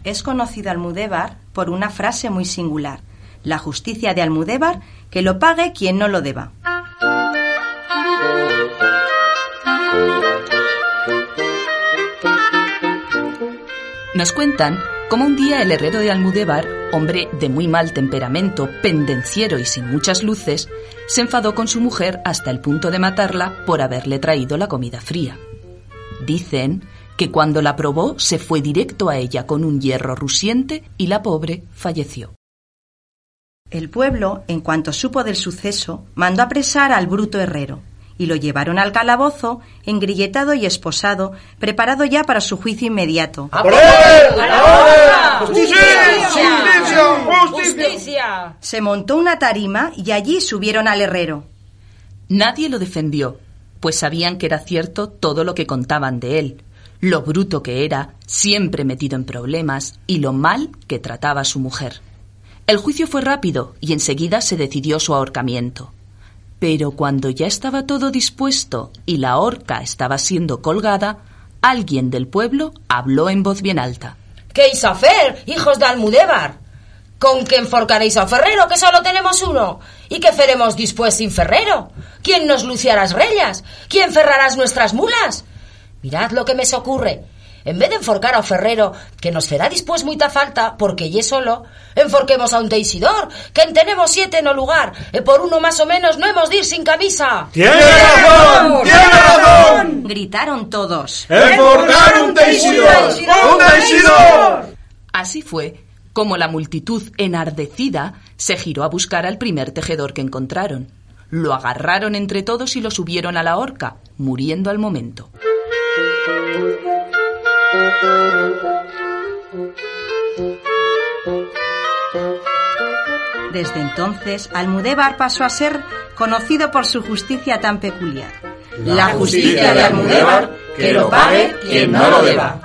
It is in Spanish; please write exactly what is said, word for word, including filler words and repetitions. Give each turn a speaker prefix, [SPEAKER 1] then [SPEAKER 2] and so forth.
[SPEAKER 1] Es conocido Almudévar por una frase muy singular: la justicia de Almudévar, que lo pague quien no lo deba.
[SPEAKER 2] Nos cuentan cómo un día el herrero de Almudévar, hombre de muy mal temperamento, pendenciero y sin muchas luces, se enfadó con su mujer hasta el punto de matarla por haberle traído la comida fría. Dicen que cuando la probó se fue directo a ella con un hierro rugiente y la pobre falleció.
[SPEAKER 1] El pueblo, en cuanto supo del suceso, mandó apresar al bruto herrero y lo llevaron al calabozo, engrilletado y esposado, preparado ya para su juicio inmediato.
[SPEAKER 3] ¡A por él! ¡Ahora! ¡Justicia! ¡Justicia!
[SPEAKER 4] ¡Justicia!
[SPEAKER 1] Se montó una tarima y allí subieron al herrero.
[SPEAKER 2] Nadie lo defendió, pues sabían que era cierto todo lo que contaban de él, lo bruto que era, siempre metido en problemas, y lo mal que trataba a su mujer. El juicio fue rápido y enseguida se decidió su ahorcamiento. Pero cuando ya estaba todo dispuesto y la horca estaba siendo colgada, alguien del pueblo habló en voz bien alta.
[SPEAKER 4] ¿Qué vais a hacer, hijos de Almudévar? ¿Con qué enforcaréis a un ferrero, que solo tenemos uno? ¿Y qué faremos después sin ferrero? ¿Quién nos luciará las rellas? ¿Quién ferrará nuestras mulas? Mirad lo que me se ocurre. En vez de enforcar a un ferrero, que nos fará después muita falta, porque ye solo, enforquemos a un teisidor, que en tenemos siete no lugar, e por uno más o menos no hemos de ir sin camisa.
[SPEAKER 3] ¡Tiene razón! ¡Tiene razón!
[SPEAKER 1] Gritaron todos.
[SPEAKER 3] ¡Enforcar un teisidor! ¡Un teisidor!
[SPEAKER 2] Así fue como la multitud enardecida se giró a buscar al primer tejedor que encontraron. Lo agarraron entre todos y lo subieron a la horca, muriendo al momento.
[SPEAKER 1] Desde entonces, Almudévar pasó a ser conocido por su justicia tan peculiar.
[SPEAKER 3] La justicia de Almudévar, que lo pague quien no lo deba.